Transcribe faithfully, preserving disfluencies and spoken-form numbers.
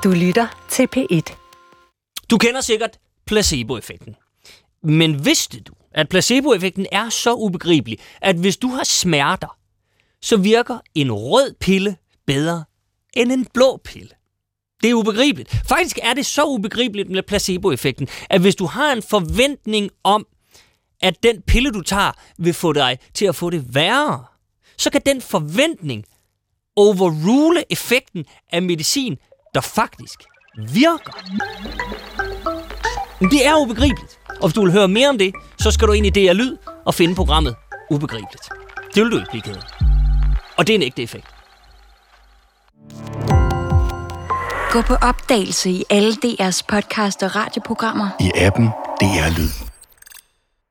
Du lytter til P et. Du kender sikkert placeboeffekten. Men vidste du, at placeboeffekten er så ubegribelig, at hvis du har smerter, så virker en rød pille bedre end en blå pille? Det er ubegribeligt. Faktisk er det så ubegribeligt med placeboeffekten, at hvis du har en forventning om, at den pille, du tager, vil få dig til at få det værre, så kan den forventning overrule effekten af medicin, der faktisk virker. Men det er ubegribeligt. Og hvis du vil høre mere om det, så skal du ind i D R Lyd og finde programmet Ubegribeligt. Det vil du ikke blive ked af. Og det er en ægte effekt. Gå på opdagelse i alle D R's podcast og radioprogrammer. I appen D R Lyd.